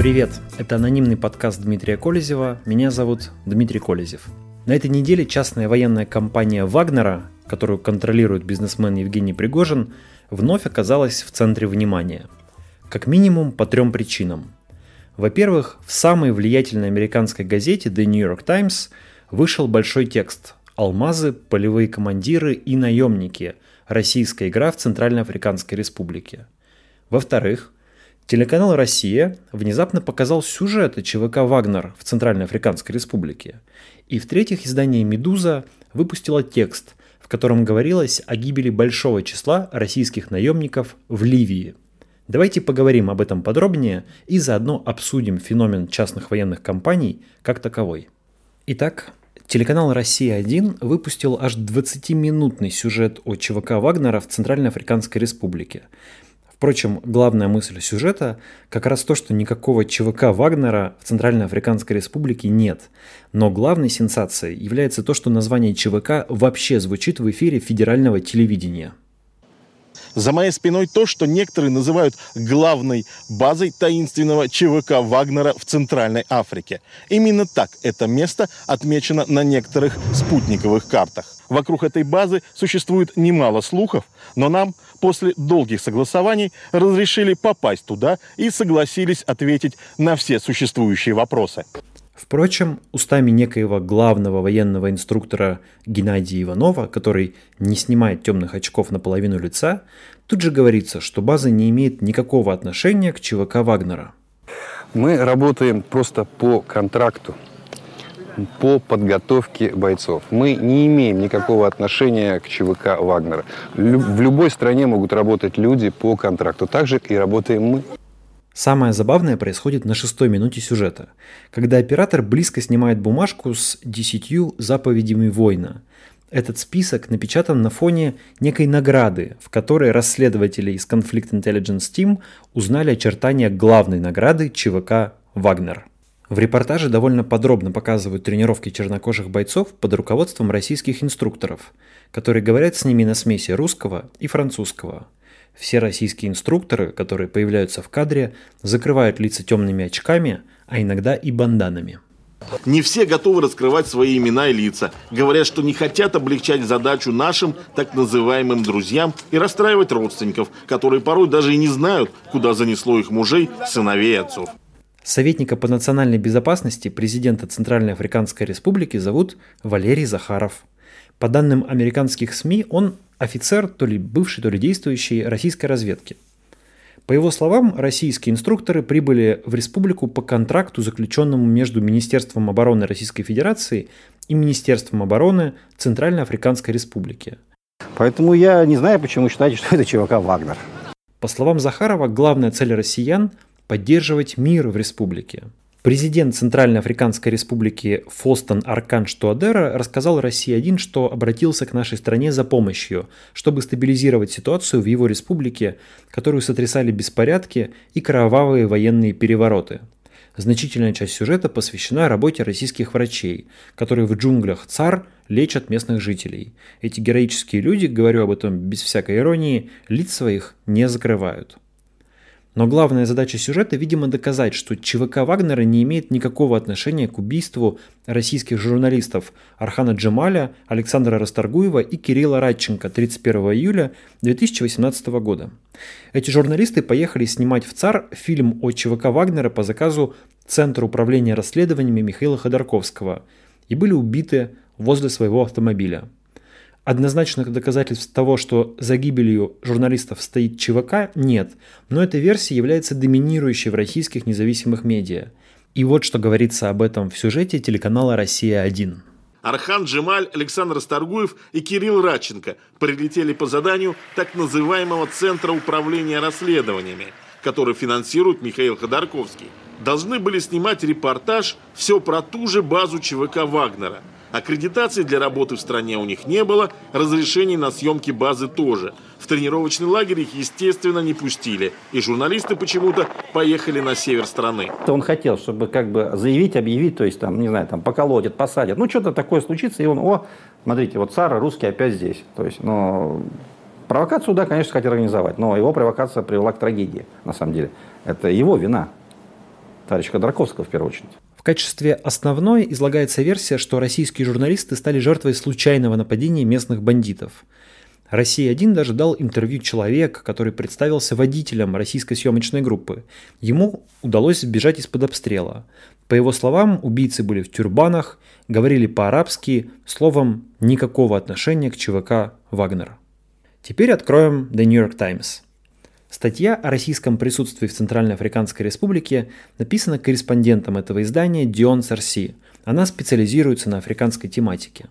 Привет, это анонимный подкаст Дмитрия Колезева, меня зовут Дмитрий Колезев. На этой неделе частная военная компания Вагнера, которую контролирует бизнесмен Евгений Пригожин, вновь оказалась в центре внимания. Как минимум по 3 причинам. Во-первых, в самой влиятельной американской газете The New York Times вышел большой текст «Алмазы, полевые командиры и наемники. Российская игра в Центральноафриканской Республике». Во-вторых, телеканал «Россия» внезапно показал сюжет о ЧВК «Вагнер» в Центральноафриканской Республике. И в-третьих, издание «Медуза» выпустило текст, в котором говорилось о гибели большого числа российских наемников в Ливии. Давайте поговорим об этом подробнее и заодно обсудим феномен частных военных компаний как таковой. Итак, телеканал «Россия-1» выпустил аж 20-минутный сюжет о ЧВК «Вагнера» в Центральноафриканской Республике. Впрочем, главная мысль сюжета как раз то, что никакого ЧВК «Вагнера» в Центральноафриканской Республике нет. Но главной сенсацией является то, что название ЧВК вообще звучит в эфире федерального телевидения. За моей спиной то, что некоторые называют главной базой таинственного ЧВК Вагнера в Центральной Африке. Именно так это место отмечено на некоторых спутниковых картах. Вокруг этой базы существует немало слухов, но нам после долгих согласований разрешили попасть туда и согласились ответить на все существующие вопросы. Впрочем, устами некоего главного военного инструктора Геннадия Иванова, который не снимает темных очков на половину лица, тут же говорится, что база не имеет никакого отношения к ЧВК Вагнера. Мы работаем просто по контракту, по подготовке бойцов. Мы не имеем никакого отношения к ЧВК Вагнера. В любой стране могут работать люди по контракту, так же и работаем мы. Самое забавное происходит на 6-й минуте сюжета, когда оператор близко снимает бумажку с 10 заповедями воина. Этот список напечатан на фоне некой награды, в которой расследователи из Conflict Intelligence Team узнали очертания главной награды ЧВК «Вагнер». В репортаже довольно подробно показывают тренировки чернокожих бойцов под руководством российских инструкторов, которые говорят с ними на смеси русского и французского. Все российские инструкторы, которые появляются в кадре, закрывают лица темными очками, а иногда и банданами. Не все готовы раскрывать свои имена и лица. Говорят, что не хотят облегчать задачу нашим так называемым друзьям и расстраивать родственников, которые порой даже и не знают, куда занесло их мужей, сыновей и отцов. Советника по национальной безопасности президента Центральноафриканской Республики зовут Валерий Захаров. По данным американских СМИ, он офицер, то ли бывший, то ли действующий российской разведки. По его словам, российские инструкторы прибыли в республику по контракту, заключенному между Министерством обороны Российской Федерации и Министерством обороны Центральноафриканской Республики. Поэтому я не знаю, почему считаете, что это ЧВК «Вагнер». По словам Захарова, главная цель россиян – поддерживать мир в республике. Президент Центральноафриканской Республики Фостон Арканж Туадера рассказал «России-1», что обратился к нашей стране за помощью, чтобы стабилизировать ситуацию в его республике, которую сотрясали беспорядки и кровавые военные перевороты. Значительная часть сюжета посвящена работе российских врачей, которые в джунглях ЦАР лечат местных жителей. Эти героические люди, говорю об этом без всякой иронии, лиц своих не закрывают. Но главная задача сюжета, видимо, доказать, что ЧВК Вагнера не имеет никакого отношения к убийству российских журналистов Орхана Джемаля, Александра Расторгуева и Кирилла Радченко 31 июля 2018 года. Эти журналисты поехали снимать в ЦАР фильм о ЧВК Вагнера по заказу Центра управления расследованиями Михаила Ходорковского и были убиты возле своего автомобиля. Однозначных доказательств того, что за гибелью журналистов стоит ЧВК, нет, но эта версия является доминирующей в российских независимых медиа. И вот что говорится об этом в сюжете телеканала «Россия-1». Орхан Джемаль, Александр Расторгуев и Кирилл Радченко прилетели по заданию так называемого Центра управления расследованиями, который финансирует Михаил Ходорковский. Должны были снимать репортаж «Все про ту же базу ЧВК Вагнера». Аккредитации для работы в стране у них не было, разрешений на съемки базы тоже. В тренировочный лагерь их, естественно, не пустили. И журналисты почему-то поехали на север страны. Он хотел, чтобы как бы заявить, объявить, то есть там, не знаю, там поколотят, посадят. Ну, что-то такое случится, и он, смотрите, вот ЦАР, русский опять здесь. То есть, провокацию, да, конечно, хотел организовать, но его провокация привела к трагедии, на самом деле. Это его вина. товарища Ходорковского в первую очередь. В качестве основной излагается версия, что российские журналисты стали жертвой случайного нападения местных бандитов. «Россия-1» даже дал интервью человек, который представился водителем российской съемочной группы. Ему удалось сбежать из-под обстрела. По его словам, убийцы были в тюрбанах, говорили по-арабски, словом, никакого отношения к ЧВК «Вагнер». Теперь откроем The New York Times. Статья о российском присутствии в Центральноафриканской Республике написана корреспондентом этого издания Дион Сарси. Она специализируется на африканской тематике.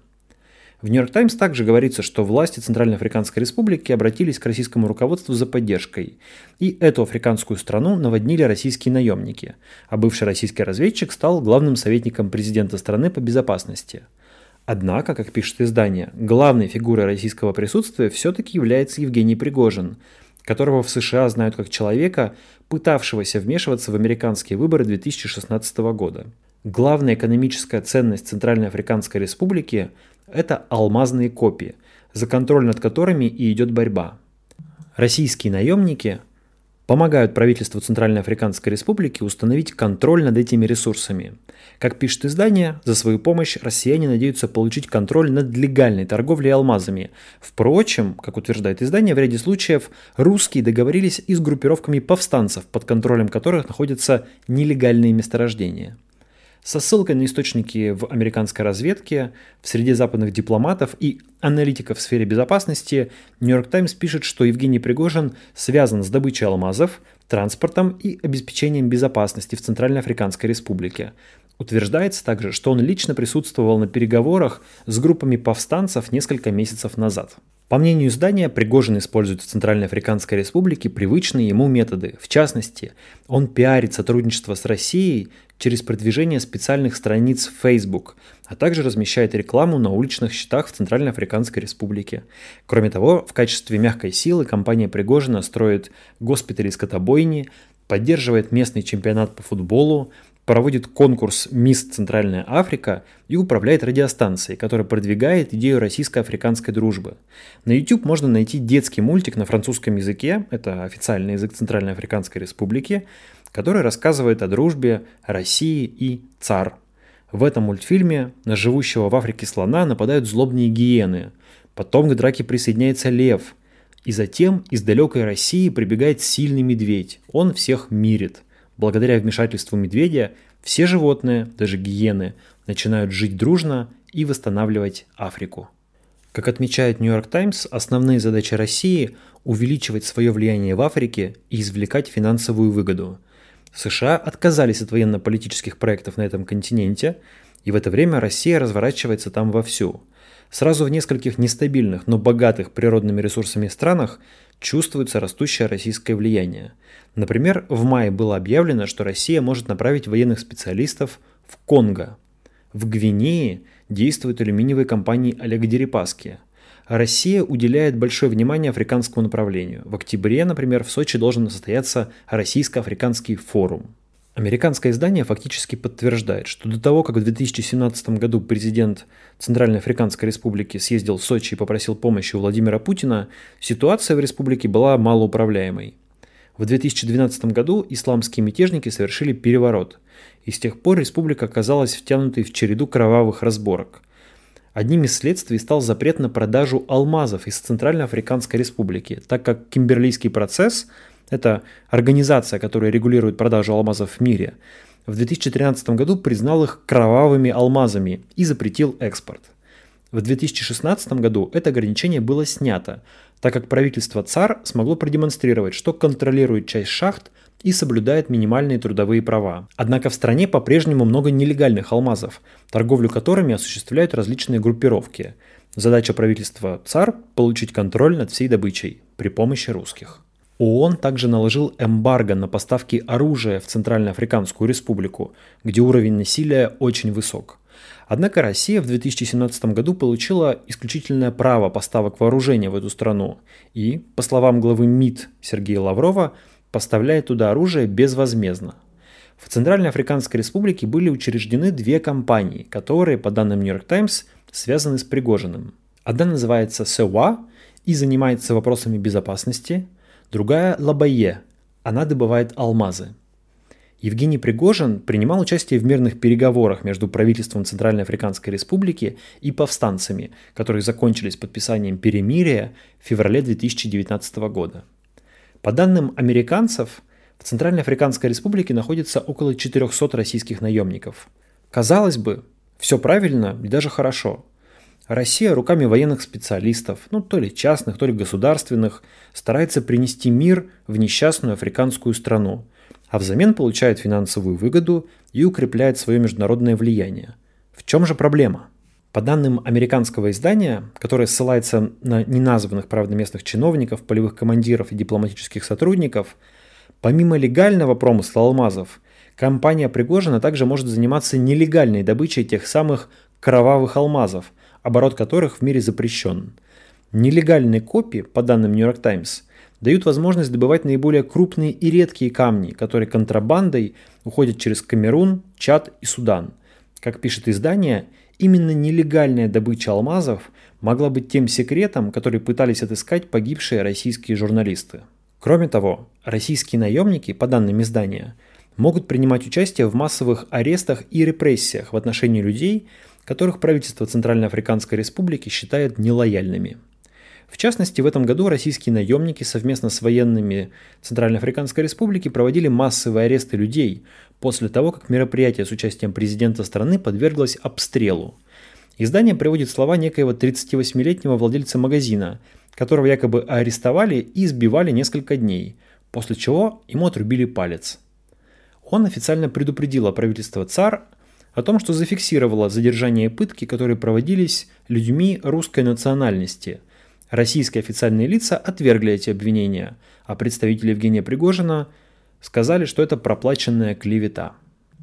В New York Times также говорится, что власти Центральноафриканской Республики обратились к российскому руководству за поддержкой. И эту африканскую страну наводнили российские наемники, а бывший российский разведчик стал главным советником президента страны по безопасности. Однако, как пишет издание, главной фигурой российского присутствия все-таки является Евгений Пригожин, которого в США знают как человека, пытавшегося вмешиваться в американские выборы 2016 года. Главная экономическая ценность Центральноафриканской Республики – это алмазные копии, за контроль над которыми и идет борьба. Российские наемники помогают правительству Центральноафриканской Республики установить контроль над этими ресурсами. Как пишет издание, за свою помощь россияне надеются получить контроль над легальной торговлей алмазами. Впрочем, как утверждает издание, в ряде случаев русские договорились и с группировками повстанцев, под контролем которых находятся нелегальные месторождения. Со ссылкой на источники в американской разведке, в среде западных дипломатов и аналитиков в сфере безопасности, New York Times пишет, что Евгений Пригожин связан с добычей алмазов, транспортом и обеспечением безопасности в Центральноафриканской Республике. Утверждается также, что он лично присутствовал на переговорах с группами повстанцев несколько месяцев назад. По мнению издания, Пригожин использует в Центральноафриканской Республике привычные ему методы. В частности, он пиарит сотрудничество с Россией через продвижение специальных страниц в Facebook, а также размещает рекламу на уличных счетах в Центральноафриканской Республике. Кроме того, в качестве мягкой силы компания Пригожина строит госпитали скотобойни, поддерживает местный чемпионат по футболу, проводит конкурс «Мисс Центральная Африка» и управляет радиостанцией, которая продвигает идею российско-африканской дружбы. На YouTube можно найти детский мультик на французском языке, это официальный язык Центральноафриканской Республики, который рассказывает о дружбе России и ЦАР. В этом мультфильме на живущего в Африке слона нападают злобные гиены, потом к драке присоединяется лев, и затем из далекой России прибегает сильный медведь, он всех мирит. Благодаря вмешательству медведя все животные, даже гиены, начинают жить дружно и восстанавливать Африку. Как отмечает New York Times, основные задачи России – увеличивать свое влияние в Африке и извлекать финансовую выгоду. США отказались от военно-политических проектов на этом континенте, и в это время Россия разворачивается там вовсю. Сразу в нескольких нестабильных, но богатых природными ресурсами странах чувствуется растущее российское влияние. Например, в мае было объявлено, что Россия может направить военных специалистов в Конго. В Гвинее действуют алюминиевые компании Олега Дерипаски. Россия уделяет большое внимание африканскому направлению. В октябре, например, в Сочи должен состояться Российско-африканский форум. Американское издание фактически подтверждает, что до того, как в 2017 году президент Центральноафриканской Республики съездил в Сочи и попросил помощи у Владимира Путина, ситуация в республике была малоуправляемой. В 2012 году исламские мятежники совершили переворот, и с тех пор республика оказалась втянутой в череду кровавых разборок. Одним из следствий стал запрет на продажу алмазов из Центральноафриканской Республики, так как Кимберлийский процесс – это организация, которая регулирует продажу алмазов в мире, в 2013 году признал их кровавыми алмазами и запретил экспорт. В 2016 году это ограничение было снято, так как правительство ЦАР смогло продемонстрировать, что контролирует часть шахт и соблюдает минимальные трудовые права. Однако в стране по-прежнему много нелегальных алмазов, торговлю которыми осуществляют различные группировки. Задача правительства ЦАР – получить контроль над всей добычей при помощи русских. ООН также наложил эмбарго на поставки оружия в Центральноафриканскую Республику, где уровень насилия очень высок. Однако Россия в 2017 году получила исключительное право поставок вооружения в эту страну и, по словам главы МИД Сергея Лаврова, поставляет туда оружие безвозмездно. В Центральноафриканской Республике были учреждены две компании, которые, по данным New York Times, связаны с Пригожиным. Одна называется СЕУА и занимается вопросами безопасности, другая – Лабайе, она добывает алмазы. Евгений Пригожин принимал участие в мирных переговорах между правительством Центральной Африканской Республики и повстанцами, которые закончились подписанием перемирия в феврале 2019 года. По данным американцев, в Центральной Африканской Республике находится около 400 российских наемников. Казалось бы, все правильно и даже хорошо. Россия руками военных специалистов, то ли частных, то ли государственных, старается принести мир в несчастную африканскую страну, а взамен получает финансовую выгоду и укрепляет свое международное влияние. В чем же проблема? По данным американского издания, которое ссылается на неназванных, правда, местных чиновников, полевых командиров и дипломатических сотрудников, помимо легального промысла алмазов, компания Пригожина также может заниматься нелегальной добычей тех самых кровавых алмазов, оборот которых в мире запрещен. Нелегальные копии, по данным New York Times, дают возможность добывать наиболее крупные и редкие камни, которые контрабандой уходят через Камерун, Чад и Судан. Как пишет издание, именно нелегальная добыча алмазов могла быть тем секретом, который пытались отыскать погибшие российские журналисты. Кроме того, российские наемники, по данным издания, могут принимать участие в массовых арестах и репрессиях в отношении людей, которых правительство Центральноафриканской Республики считает нелояльными. В частности, в этом году российские наемники совместно с военными Центральноафриканской Республики проводили массовые аресты людей после того, как мероприятие с участием президента страны подверглось обстрелу. Издание приводит слова некоего 38-летнего владельца магазина, которого якобы арестовали и избивали несколько дней, после чего ему отрубили палец. Он официально предупредил правительство ЦАР о том, что зафиксировало задержание и пытки, которые проводились людьми русской национальности. Российские официальные лица отвергли эти обвинения, а представители Евгения Пригожина сказали, что это проплаченная клевета.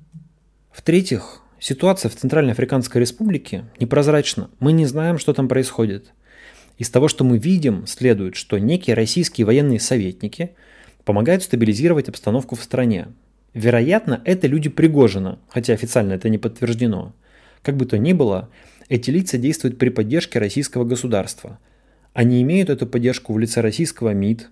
В-третьих, ситуация в Центральной Африканской Республике непрозрачна. Мы не знаем, что там происходит. Из того, что мы видим, следует, что некие российские военные советники помогают стабилизировать обстановку в стране. Вероятно, это люди Пригожина, хотя официально это не подтверждено. Как бы то ни было, эти лица действуют при поддержке российского государства. Они имеют эту поддержку в лице российского МИД,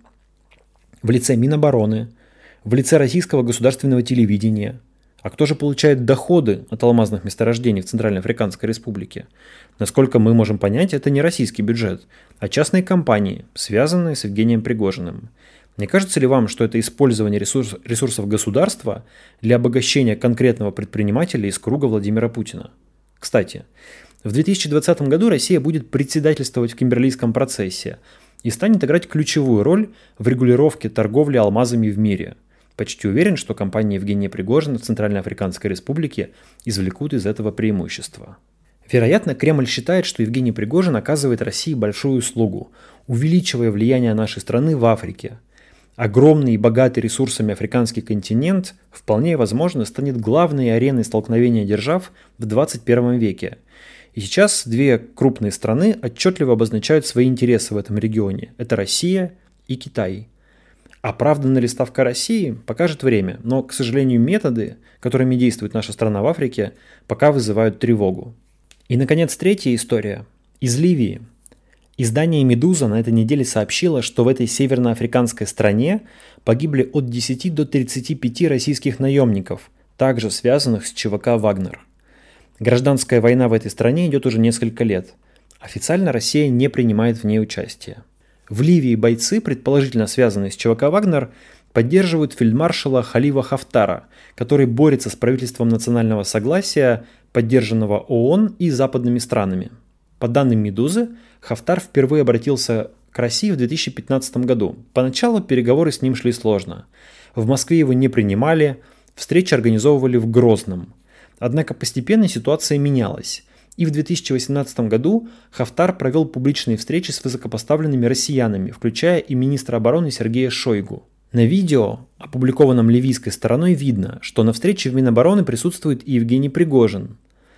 в лице Минобороны, в лице российского государственного телевидения. А кто же получает доходы от алмазных месторождений в Центральной Африканской Республике? Насколько мы можем понять, это не российский бюджет, а частные компании, связанные с Евгением Пригожиным. Не кажется ли вам, что это использование ресурсов государства для обогащения конкретного предпринимателя из круга Владимира Путина? Кстати, в 2020 году Россия будет председательствовать в Кимберлийском процессе и станет играть ключевую роль в регулировке торговли алмазами в мире. Почти уверен, что компания Евгения Пригожина в Центральной Африканской Республике извлекут из этого преимущества. Вероятно, Кремль считает, что Евгений Пригожин оказывает России большую услугу, увеличивая влияние нашей страны в Африке. Огромный и богатый ресурсами африканский континент вполне возможно станет главной ареной столкновения держав в 21 веке. И сейчас две крупные страны отчетливо обозначают свои интересы в этом регионе. Это Россия и Китай. Оправдана ли ставка России, покажет время, но, к сожалению, методы, которыми действует наша страна в Африке, пока вызывают тревогу. И, наконец, третья история. Из Ливии. Издание «Медуза» на этой неделе сообщило, что в этой северноафриканской стране погибли от 10 до 35 российских наемников, также связанных с ЧВК «Вагнер». Гражданская война в этой стране идет уже несколько лет. Официально Россия не принимает в ней участие. В Ливии бойцы, предположительно связанные с ЧВК «Вагнер», поддерживают фельдмаршала Халифа Хафтара, который борется с правительством национального согласия, поддержанного ООН и западными странами. По данным «Медузы», Хафтар впервые обратился к России в 2015 году. Поначалу переговоры с ним шли сложно. В Москве его не принимали, встречи организовывали в Грозном. Однако постепенно ситуация менялась. И в 2018 году Хафтар провел публичные встречи с высокопоставленными россиянами, включая и министра обороны Сергея Шойгу. На видео, опубликованном ливийской стороной, видно, что на встрече в Минобороны присутствует и Евгений Пригожин.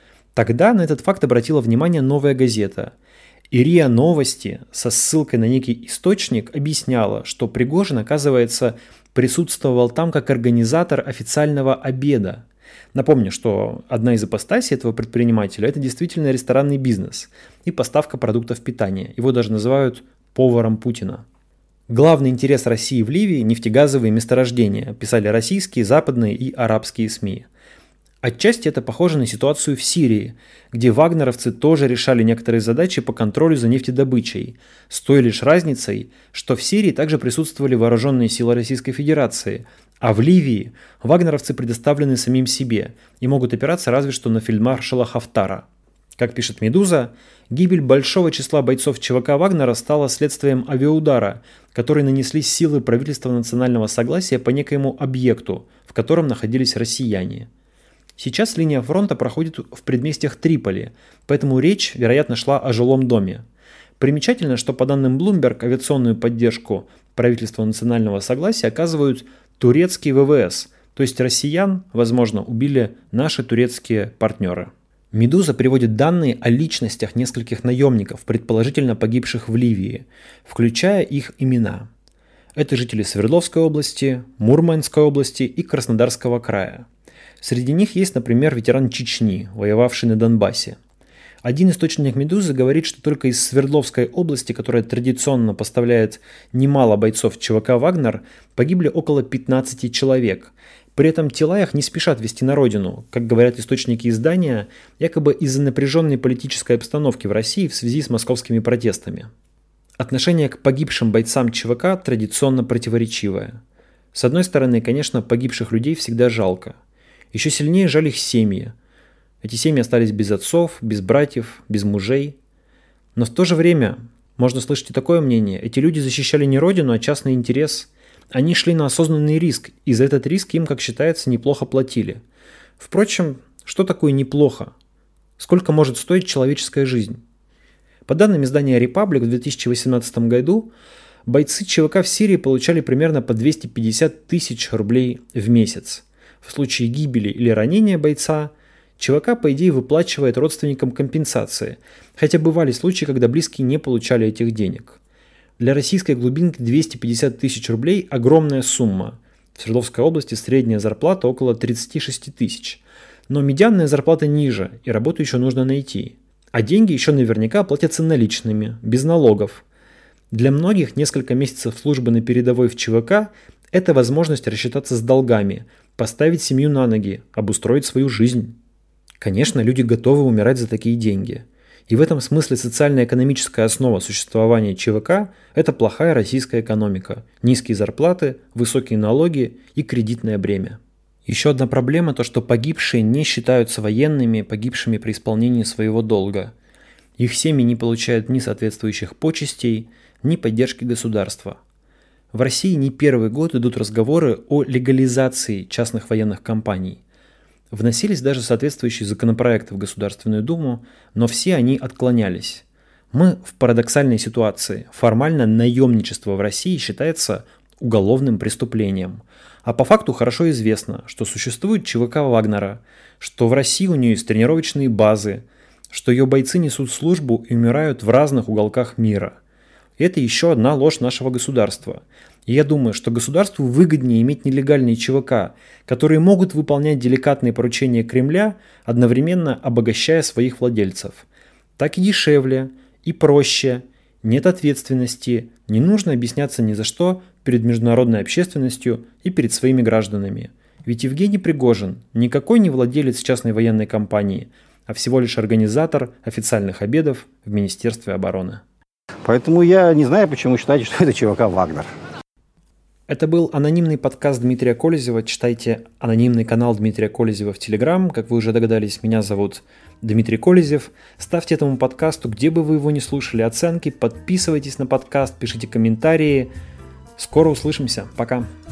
Тогда на этот факт обратила внимание «Новая газета». И РИА Новости со ссылкой на некий источник объясняла, что Пригожин, оказывается, присутствовал там как организатор официального обеда. Напомню, что одна из ипостасей этого предпринимателя – это действительно ресторанный бизнес и поставка продуктов питания. Его даже называют поваром Путина. Главный интерес России в Ливии – нефтегазовые месторождения, писали российские, западные и арабские СМИ. Отчасти это похоже на ситуацию в Сирии, где вагнеровцы тоже решали некоторые задачи по контролю за нефтедобычей, с той лишь разницей, что в Сирии также присутствовали вооруженные силы Российской Федерации, а в Ливии вагнеровцы предоставлены самим себе и могут опираться разве что на фельдмаршала Хафтара. Как пишет «Медуза», гибель большого числа бойцов ЧВК Вагнера стала следствием авиаудара, который нанесли силы правительства национального согласия по некоему объекту, в котором находились россияне. Сейчас линия фронта проходит в предместьях Триполи, поэтому речь, вероятно, шла о жилом доме. Примечательно, что по данным Bloomberg авиационную поддержку правительства национального согласия оказывают турецкие ВВС, то есть россиян, возможно, убили наши турецкие партнеры. «Медуза» приводит данные о личностях нескольких наемников, предположительно погибших в Ливии, включая их имена. Это жители Свердловской области, Мурманской области и Краснодарского края. Среди них есть, например, ветеран Чечни, воевавший на Донбассе. Один источник «Медузы» говорит, что только из Свердловской области, которая традиционно поставляет немало бойцов ЧВК «Вагнер», погибли около 15 человек. При этом тела их не спешат везти на родину, как говорят источники издания, якобы из-за напряженной политической обстановки в России в связи с московскими протестами. Отношение к погибшим бойцам ЧВК традиционно противоречивое. С одной стороны, конечно, погибших людей всегда жалко. Еще сильнее жаль их семьи. Эти семьи остались без отцов, без братьев, без мужей. Но в то же время можно слышать и такое мнение. Эти люди защищали не родину, а частный интерес. Они шли на осознанный риск, и за этот риск им, как считается, неплохо платили. Впрочем, что такое неплохо? Сколько может стоить человеческая жизнь? По данным издания «Репаблик», в 2018 году бойцы ЧВК в Сирии получали примерно по 250 тысяч рублей в месяц. В случае гибели или ранения бойца ЧВК, по идее, выплачивает родственникам компенсации, хотя бывали случаи, когда близкие не получали этих денег. Для российской глубинки 250 тысяч рублей – огромная сумма. В Свердловской области средняя зарплата около 36 тысяч. Но медианная зарплата ниже, и работу еще нужно найти. А деньги еще наверняка платятся наличными, без налогов. Для многих несколько месяцев службы на передовой в ЧВК – это возможность рассчитаться с долгами, поставить семью на ноги, обустроить свою жизнь. Конечно, люди готовы умирать за такие деньги. И в этом смысле социально-экономическая основа существования ЧВК – это плохая российская экономика, низкие зарплаты, высокие налоги и кредитное бремя. Еще одна проблема – то, что погибшие не считаются военными, погибшими при исполнении своего долга. Их семьи не получают ни соответствующих почестей, ни поддержки государства. В России не первый год идут разговоры о легализации частных военных компаний. Вносились даже соответствующие законопроекты в Государственную Думу, но все они отклонялись. Мы в парадоксальной ситуации. Формально наемничество в России считается уголовным преступлением. А по факту хорошо известно, что существует ЧВК Вагнера, что в России у нее есть тренировочные базы, что ее бойцы несут службу и умирают в разных уголках мира. И это еще одна ложь нашего государства. И я думаю, что государству выгоднее иметь нелегальные ЧВК, которые могут выполнять деликатные поручения Кремля, одновременно обогащая своих владельцев. Так и дешевле, и проще, нет ответственности, не нужно объясняться ни за что перед международной общественностью и перед своими гражданами. Ведь Евгений Пригожин никакой не владелец частной военной компании, а всего лишь организатор официальных обедов в Министерстве обороны. Поэтому я не знаю, почему считаете, что это ЧВК «Вагнер». Это был анонимный подкаст Дмитрия Колезева. Читайте анонимный канал Дмитрия Колезева в Телеграм. Как вы уже догадались, меня зовут Дмитрий Колезев. Ставьте этому подкасту, где бы вы его не слушали, оценки, подписывайтесь на подкаст, пишите комментарии. Скоро услышимся. Пока.